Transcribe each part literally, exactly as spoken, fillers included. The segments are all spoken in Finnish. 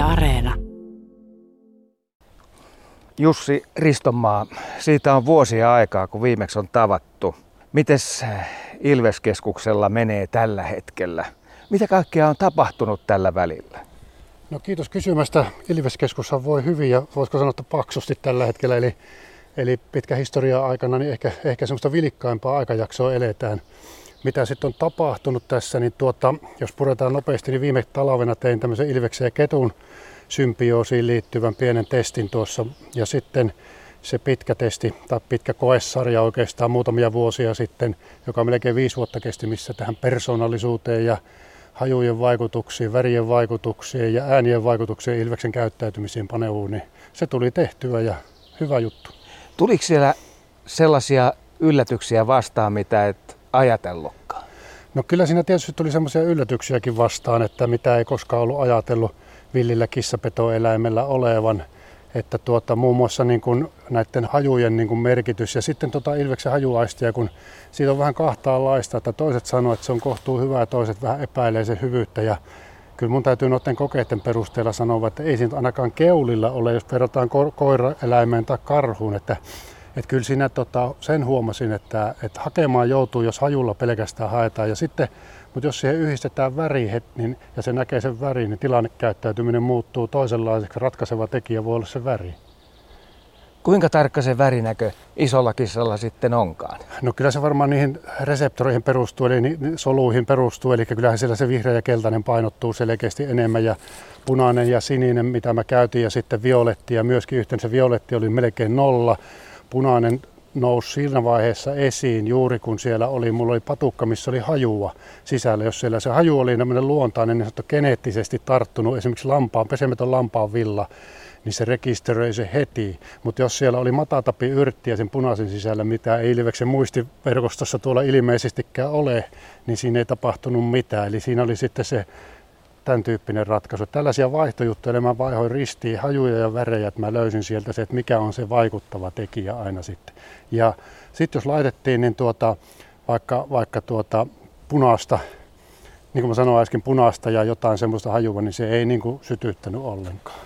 Areena. Jussi Ristonmaa, siitä on vuosia aikaa, kun viimeksi on tavattu. Mites Ilveskeskuksella menee tällä hetkellä? Mitä kaikkea on tapahtunut tällä välillä? No kiitos kysymästä. Ilveskeskushan voi hyvin ja voisiko sanoa, että paksusti tällä hetkellä. Eli, eli pitkä historia aikana niin ehkä, ehkä semmoista vilikkaimpaa aikajaksoa eletään. Mitä sitten on tapahtunut tässä, niin tuota, jos puretaan nopeasti, niin viime talvena tein tämmöisen Ilveksen ja ketun symbioosiin liittyvän pienen testin tuossa. Ja sitten se pitkä testi tai pitkä koesarja oikeastaan muutamia vuosia sitten, joka melkein viisi vuotta kesti, missä tähän persoonallisuuteen ja hajujen vaikutuksiin, värien vaikutuksiin ja äänien vaikutuksiin Ilveksen käyttäytymisiin paneutuu, niin se tuli tehtyä ja hyvä juttu. Tuliko siellä sellaisia yllätyksiä vastaan, mitä et ajatellutkaan? No kyllä siinä tietysti tuli sellaisia yllätyksiäkin vastaan, että mitä ei koskaan ollut ajatellut villillä kissapetoeläimellä olevan. Että tuota, muun muassa niin kuin näiden hajujen niin kuin merkitys ja sitten tuota Ilveksen hajuaistia, kun siitä on vähän kahtaanlaista, että toiset sanoo, että se on kohtuu hyvää ja toiset vähän epäilee sen hyvyyttä. Ja kyllä mun täytyy noiden kokeiden perusteella sanoa, että ei siinä ainakaan keulilla ole, jos verrataan ko- koiraeläimeen tai karhuun. Että, että kyllä siinä tota, sen huomasin, että, että hakemaan joutuu, jos hajulla pelkästään haetaan. Ja sitten, mutta jos siihen yhdistetään väri niin, ja se näkee sen värin, niin tilannekäyttäytyminen muuttuu toisenlaiseksi. Ratkaiseva tekijä voi olla se väri. Kuinka tarkka se värinäkö isolla kissalla sitten onkaan? No kyllä se varmaan niihin reseptoreihin perustuu, eli soluihin perustuu. Eli kyllähän siellä se vihreä ja keltainen painottuu selkeästi enemmän. Ja punainen ja sininen, mitä mä käytin, ja sitten violetti. Ja myöskin yhteensä violetti oli melkein nolla. Punainen nousi siinä vaiheessa esiin juuri kun siellä oli, mulla oli patukka, missä oli hajua sisällä. Jos siellä se haju oli tämmöinen luontainen, niin se on geneettisesti tarttunut esimerkiksi lampaan, pesemätön lampaan villa, niin se rekisteröi se heti. Mutta jos siellä oli matatapiyrttiä sen punaisen sisällä, mitä ei Ilveksen muistiverkostossa tuolla ilmeisestikään ole, niin siinä ei tapahtunut mitään. Eli siinä oli sitten se tämän tyyppinen ratkaisu. Tällaisia vaihtojuttuja, mä vaihoin ristiin hajuja ja värejä, että mä löysin sieltä se, että mikä on se vaikuttava tekijä aina sitten. Ja sitten jos laitettiin niin tuota, vaikka, vaikka tuota punaista, niin kuin mä sanoin äsken, punaista ja jotain semmoista hajua, niin se ei niin kuin sytyttänyt ollenkaan.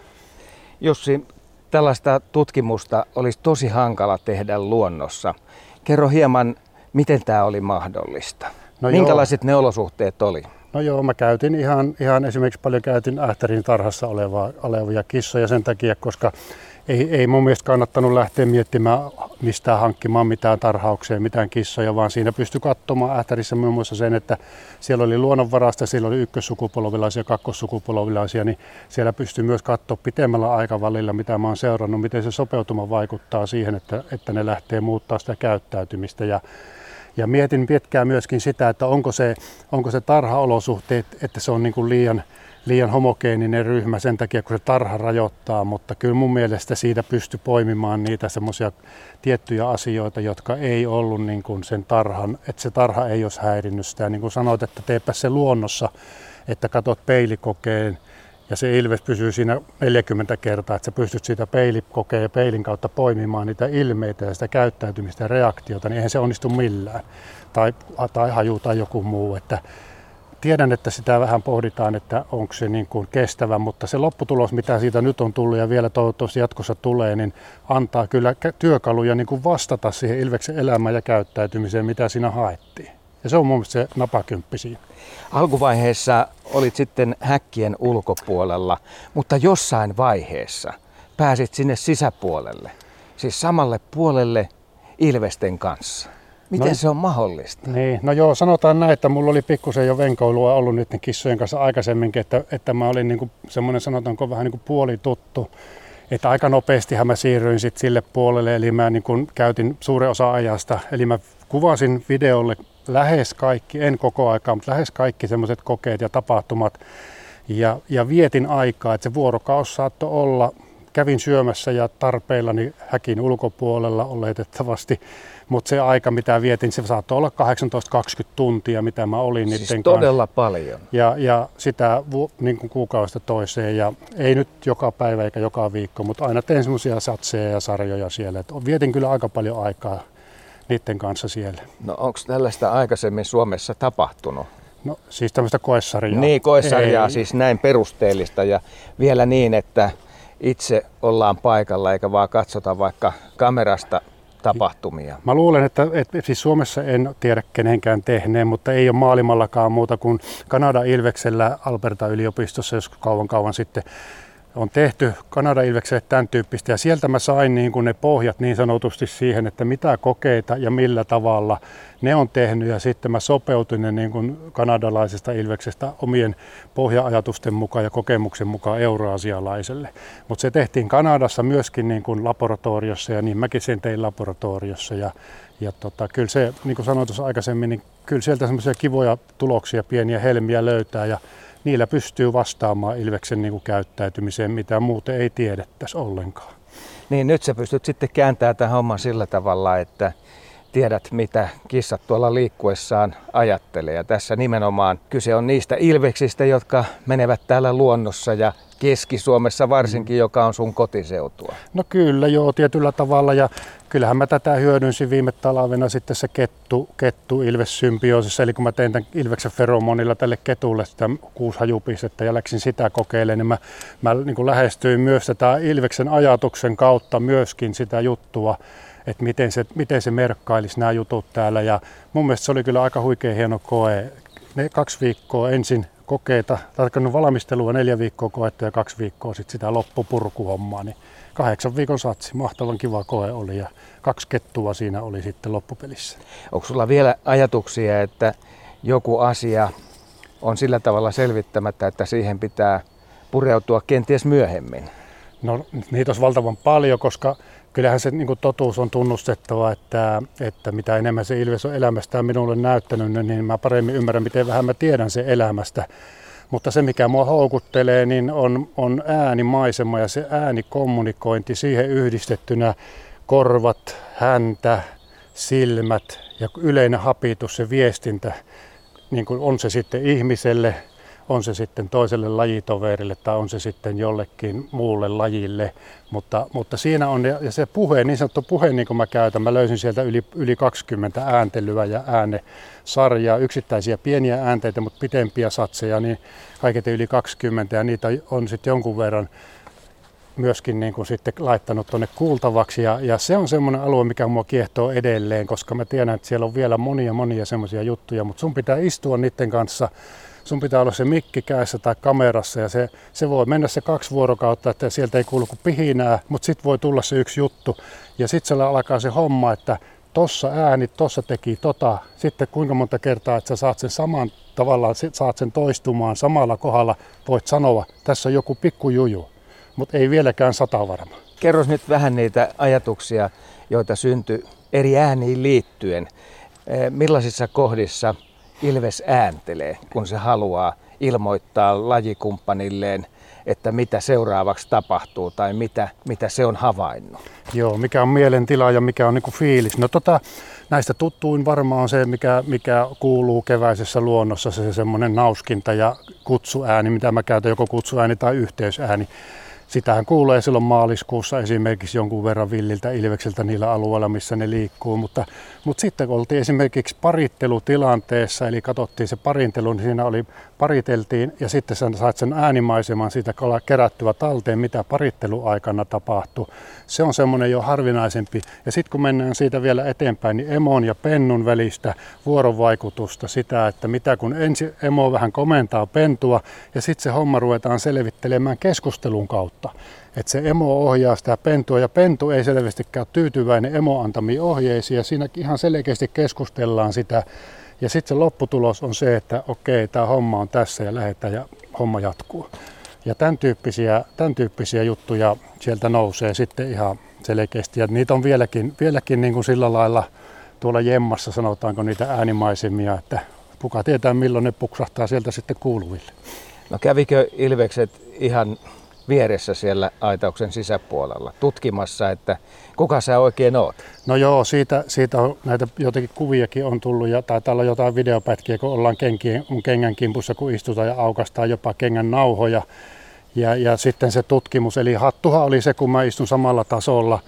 Jussi, tällaista tutkimusta olisi tosi hankala tehdä luonnossa. Kerro hieman, miten tämä oli mahdollista. No Minkälaiset joo. ne olosuhteet oli? No joo, mä käytin ihan, ihan esimerkiksi paljon käytin Ähtärin tarhassa olevaa, olevia kissoja sen takia, koska ei, ei mun mielestä kannattanut lähteä miettimään mistään hankkimaan mitään tarhauksia, mitään kissoja, vaan siinä pystyi katsomaan Ähtärissä muun muassa sen, että siellä oli luonnonvarasta, siellä oli ykkössukupolvilaisia, kakkossukupolvilaisia, niin siellä pystyi myös katsoa pitemmällä aikavälillä, mitä mä oon seurannut, miten se sopeutuma vaikuttaa siihen, että, että ne lähtee muuttaa sitä käyttäytymistä. Ja Ja mietin pitkään myöskin sitä, että onko se, onko se tarhaolosuhteet, että se on niin kuin liian, liian homogeeninen ryhmä sen takia, kun se tarha rajoittaa, mutta kyllä mun mielestä siitä pystyi poimimaan niitä semmoisia tiettyjä asioita, jotka ei ollut niin kuin sen tarhan, että se tarha ei olisi häirinnyt sitä. Niin kuin sanoit, että teepä se luonnossa, että katot peilikokeen, ja se ilves pysyy siinä neljäkymmentä kertaa, että sä pystyt siitä peilikokeen ja peilin kautta poimimaan niitä ilmeitä ja sitä käyttäytymistä ja reaktiota, niin eihän se onnistu millään. Tai, tai haju tai joku muu. Että tiedän, että sitä vähän pohditaan, että onko se niin kuin kestävä, mutta se lopputulos, mitä siitä nyt on tullut ja vielä toivottavasti jatkossa tulee, niin antaa kyllä työkaluja niin kuin vastata siihen ilveksen elämään ja käyttäytymiseen, mitä siinä haettiin. Ja se on mun mielestä se napakymppi siinä. Alkuvaiheessa olit sitten häkkien ulkopuolella, mutta jossain vaiheessa pääsit sinne sisäpuolelle, siis samalle puolelle ilvesten kanssa. Miten no, se on mahdollista? Niin, no joo, sanotaan näin, että mulla oli pikkusen jo venkoilua ollut niiden kissojen kanssa aikaisemminkin, että, että mä olin niinku semmoinen sanotaanko vähän niin kuin puolituttu. Että aika nopeastihan mä siirryin sit sille puolelle, eli mä niin kun käytin suuren osa ajasta, eli mä kuvasin videolle lähes kaikki, en koko aikaa, mutta lähes kaikki semmoiset kokeet ja tapahtumat. Ja, ja vietin aikaa, että se vuorokaus saattoi olla, kävin syömässä ja tarpeillani häkin ulkopuolella oletettavasti. Mutta se aika, mitä vietin, se saattoi olla kahdeksantoista kaksikymmentä tuntia, mitä mä olin siis niiden todella kanssa. paljon. Ja, ja sitä niin kuin kuukaudesta toiseen. Ja ei nyt joka päivä eikä joka viikko, mutta aina tein semmoisia satseja ja sarjoja siellä. Et vietin kyllä aika paljon aikaa niiden kanssa siellä. No onko tällaista aikaisemmin Suomessa tapahtunut? No siis tämmöistä koesarjaa. Niin, koesarjaa Ei. siis näin perusteellista ja vielä niin, että itse ollaan paikalla eikä vaan katsota vaikka kamerasta tapahtumia. Mä luulen, että, että siis Suomessa en tiedä kenenkään tehneen, mutta ei ole maailmallakaan muuta kuin Kanadan Ilveksellä Alberta-yliopistossa, jos kauan kauan sitten on tehty Kanadan Ilvekselle tämän tyyppistä. Ja sieltä mä sain niin kuin ne pohjat niin sanotusti siihen, että mitä kokeita ja millä tavalla ne on tehnyt. Ja sitten mä sopeutin ne niin kuin kanadalaisesta Ilveksestä omien pohja-ajatusten mukaan ja kokemuksen mukaan euroasialaiselle. Mutta se tehtiin Kanadassa myöskin niin kuin laboratoriossa ja niin mäkin sen tein laboratoriossa. Ja, ja tota, kyllä se, niin kuin sanoin tuossa aikaisemmin, niin kyllä sieltä semmoisia kivoja tuloksia, pieniä helmiä löytää. Ja niillä pystyy vastaamaan Ilveksen niin kuin käyttäytymiseen, mitä muuten ei tiedettäisi ollenkaan. Niin nyt sä pystyt sitten kääntämään tämän homman sillä tavalla, että tiedät mitä kissat tuolla liikkuessaan ajattelee. Ja tässä nimenomaan kyse on niistä ilveksistä, jotka menevät täällä luonnossa ja Keski-Suomessa varsinkin, joka on sun kotiseutua. No kyllä joo, tietyllä tavalla. Ja kyllähän mä tätä hyödynsin viime talvena sitten se kettu, kettu ilvessymbiosissa. Eli kun mä tein tämän ilveksen feromonilla tälle ketulle sitä kuushajupistettä ja läksin sitä kokeilemaan, niin mä, mä niin kuin lähestyin myös tätä ilveksen ajatuksen kautta myöskin sitä juttua, että miten se, miten se merkkailisi nämä jutut täällä. Ja mun mielestä se oli kyllä aika huikea hieno koe. Ne kaksi viikkoa ensin kokeita, tarkoittanut valmistelua, neljä viikkoa koetta ja kaksi viikkoa sitten sitä loppupurkuhommaa, niin kahdeksan viikon satsi, mahtavan kiva koe oli ja kaksi kettua siinä oli sitten loppupelissä. Onko sulla vielä ajatuksia, että joku asia on sillä tavalla selvittämättä, että siihen pitää pureutua kenties myöhemmin? No niitä olisi valtavan paljon, koska kyllähän se niin kuin totuus on tunnustettava, että, että mitä enemmän se Ilves on elämästään minulle näyttänyt, niin mä paremmin ymmärrän, miten vähän mä tiedän sen elämästä. Mutta se, mikä mua houkuttelee, niin on, on äänimaisema ja se äänikommunikointi, siihen yhdistettynä korvat, häntä, silmät ja yleinen hapitus, se viestintä, niin kuin on se sitten ihmiselle, on se sitten toiselle lajitoverille tai on se sitten jollekin muulle lajille, mutta, mutta siinä on, ja se puhe, niin sanottu puhe, niin kuin mä käytän, mä löysin sieltä yli, yli kaksikymmentä ääntelyä ja äänesarjaa, yksittäisiä pieniä äänteitä, mutta pitempiä satseja, niin kaiketi yli kaksikymmentä, ja niitä on sitten jonkun verran myöskin niin kuin sitten laittanut tuonne kuultavaksi, ja, ja se on semmoinen alue, mikä mua kiehtoo edelleen, koska mä tiedän, että siellä on vielä monia monia semmoisia juttuja, mutta sun pitää istua niiden kanssa. Sun pitää olla se mikki kädessä tai kamerassa ja se, se voi mennä se kaksi vuorokautta, että sieltä ei kuulu kuin pihinää, mutta sitten voi tulla se yksi juttu ja sitten siellä alkaa se homma, että tossa ääni, tossa teki tota, sitten kuinka monta kertaa, että sä saat sen saman tavallaan, saat sen toistumaan samalla kohdalla, voit sanoa, tässä on joku pikkujuju, mutta ei vieläkään sata varma. Kerros nyt vähän niitä ajatuksia, joita syntyi eri ääniin liittyen. Millaisissa kohdissa Ilves ääntelee, kun se haluaa ilmoittaa lajikumppanilleen, että mitä seuraavaksi tapahtuu tai mitä, mitä se on havainnut? Joo, mikä on mielentila ja mikä on niinku fiilis. No tota, näistä tuttuin varmaan on se, mikä, mikä kuuluu keväisessä luonnossa, se semmoinen nauskinta ja kutsuääni, mitä mä käytän, joko kutsuääni tai yhteysääni. Sitähän kuulee silloin maaliskuussa esimerkiksi jonkun verran villiltä ilvekseltä niillä alueilla, missä ne liikkuu, mutta, mutta sitten kun oltiin esimerkiksi parittelutilanteessa, eli katsottiin se parintelu, niin siinä oli, pariteltiin ja sitten sä sait sen äänimaiseman siitä kerättyä talteen, mitä paritteluaikana tapahtui. Se on semmoinen jo harvinaisempi. Ja sitten kun mennään siitä vielä eteenpäin, niin emon ja pennun välistä vuorovaikutusta, sitä, että mitä kun ensin emo vähän komentaa pentua ja sitten se homma ruvetaan selvittelemään keskustelun kautta. Että se emo ohjaa sitä pentua ja pentu ei selvästikään ole tyytyväinen emo antamiin ohjeisiin ja siinä ihan selkeästi keskustellaan sitä. Ja sitten se lopputulos on se, että okei, tämä homma on tässä ja lähdetään ja homma jatkuu. Ja tämän tyyppisiä, tämän tyyppisiä juttuja sieltä nousee sitten ihan selkeästi. Ja niitä on vieläkin, vieläkin niin kuin sillä lailla tuolla jemmassa, sanotaanko niitä äänimaisemia, että kuka tietää milloin ne puksahtaa sieltä sitten kuuluville. No kävikö Ilvekset ihan vieressä siellä aitauksen sisäpuolella tutkimassa, että kuka sä oikein oot? No joo, siitä, siitä on näitä jotakin kuviakin on tullut ja taitaa olla jotain videopätkiä, kun ollaan kenkien, kengän kimpussa, kun istutaan ja aukastaan jopa kengän nauhoja. Ja, ja sitten se tutkimus, eli hattuhan oli se, kun mä istun samalla tasolla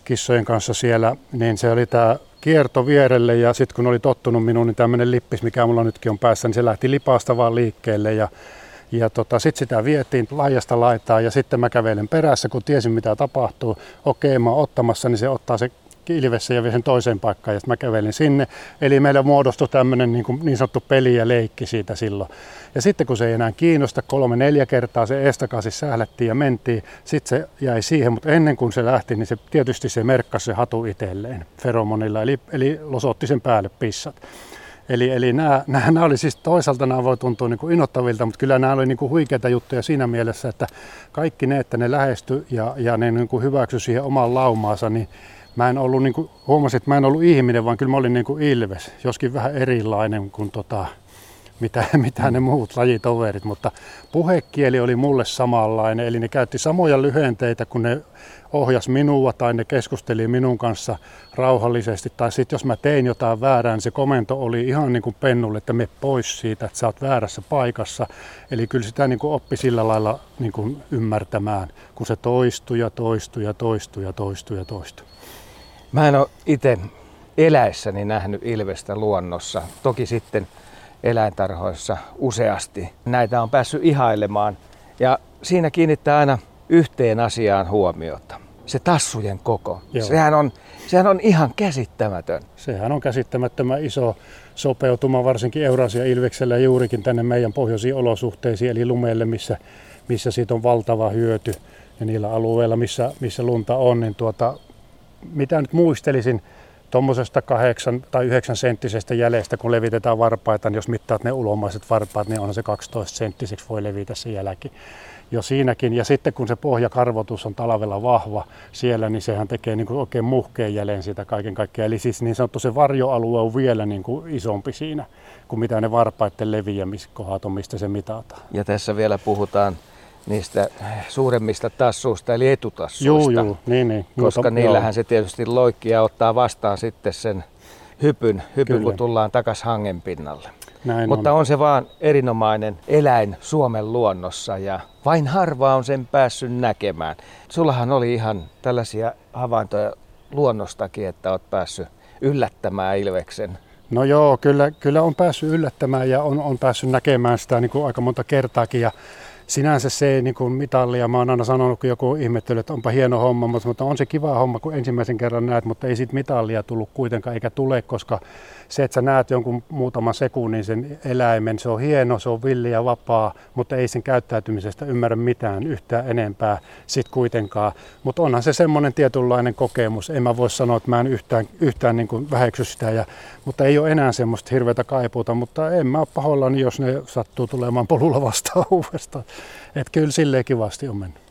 kissojen kanssa siellä, niin se oli tämä kierto vierelle ja sitten kun oli tottunut minuun, niin tämmöinen lippis, mikä mulla nytkin on päässä, niin se lähti lipasta vaan liikkeelle ja, ja tota, sitten sitä vietiin laajasta laitaan ja sitten mä kävelen perässä, kun tiesin mitä tapahtuu. Okei, mä oon ottamassa, niin se ottaa se ilvessä ja vie sen toiseen paikkaan ja sitten mä kävelin sinne. Eli meillä muodostui tämmöinen niin, niin sanottu peli ja leikki siitä silloin. Ja sitten kun se ei enää kiinnosta, kolme neljä kertaa se eestakaisin sählättiin ja mentiin, sitten se jäi siihen, mutta ennen kuin se lähti, niin se tietysti se merkkasi se hatu itselleen feromonilla, eli, eli losotti sen päälle pissat. Eli, eli nämä, nämä, nämä oli siis toisaalta nämä voi tuntua niin kuin innoittavilta, mutta kyllä nämä oli niin kuin huikeita juttuja siinä mielessä, että kaikki ne, että ne lähestyi ja, ja ne niin kuin hyväksyi siihen omaan laumaansa, niin mä en ollut, niin kuin, huomasin, että mä en ollut ihminen, vaan kyllä mä olin niin kuin ilves, joskin vähän erilainen kuin tota, mitä, mitä ne muut lajitoverit, mutta puhekieli oli mulle samanlainen, eli ne käytti samoja lyhenteitä, kun ne ohjas minua tai ne keskusteli minun kanssa rauhallisesti, tai sitten jos mä tein jotain väärää, niin se komento oli ihan niin kuin pennulle, että me pois siitä, että sä oot väärässä paikassa, eli kyllä sitä niin kuin oppi sillä lailla niin kuin ymmärtämään, kun se toistui ja toistui ja toistui ja toistui ja toistui. Mä en ole itse eläessäni nähnyt ilvestä luonnossa. Toki sitten eläintarhoissa useasti. Näitä on päässyt ihailemaan. Ja siinä kiinnittää aina yhteen asiaan huomiota. Se tassujen koko. Sehän on, sehän on ihan käsittämätön. Sehän on käsittämättömän iso sopeutuma, varsinkin Eurasia-ilveksellä juurikin tänne meidän pohjoisiin olosuhteisiin, eli lumeelle, missä, missä siitä on valtava hyöty. Ja niillä alueilla, missä, missä lunta on, niin tuota, mitä nyt muistelisin tuommoisesta kahdeksan tai yhdeksän senttisestä jäljestä, kun levitetään varpaita, niin jos mittaat ne ulomaiset varpaat, niin on se kaksitoista senttiseksi voi levitä se jälki jo siinäkin. Ja sitten kun se pohjakarvotus on talvella vahva siellä, niin sehän tekee niin kuin oikein muhkeen jäljen siitä kaiken kaikkiaan. Eli siis niin sanottu se varjoalue on vielä niin kuin isompi siinä kuin mitä ne varpaiden leviämiskohdat on, mistä se mitataan. Ja tässä vielä puhutaan niistä suuremmista tassuista, eli etutassuista, Juu, juu, niin, niin. koska Mutta, niillähän joo. se tietysti loikkii ja ottaa vastaan sitten sen hypyn, hypyn kun tullaan takaisin hangen pinnalle. Näin Mutta on. on se vaan erinomainen eläin Suomen luonnossa ja vain harva on sen päässyt näkemään. Sullahan oli ihan tällaisia havaintoja luonnostakin, että olet päässyt yllättämään ilveksen. No joo, kyllä, kyllä on päässyt yllättämään ja on, on päässyt näkemään sitä niin kuin aika monta kertaakin. Ja sinänsä se ei niin kuin mitallia, mä oon aina sanonut, kun joku ihmettely, että onpa hieno homma, mutta on se kiva homma, kun ensimmäisen kerran näet, mutta ei siitä mitallia tullut kuitenkaan eikä tule, koska se, että sä näet jonkun muutaman sekunnin sen eläimen, se on hieno, se on villi ja vapaa, mutta ei sen käyttäytymisestä ymmärrä mitään yhtään enempää sit kuitenkaan. Mutta onhan se semmoinen tietynlainen kokemus, en mä voi sanoa, että mä en yhtään, yhtään niin kuin väheksy sitä, ja, mutta ei ole enää semmoista hirveätä kaipuuta, mutta en mä ole pahoillani, jos ne sattuu tulemaan polulla vastaan uudestaan. Että kyllä silleen kivasti on mennyt.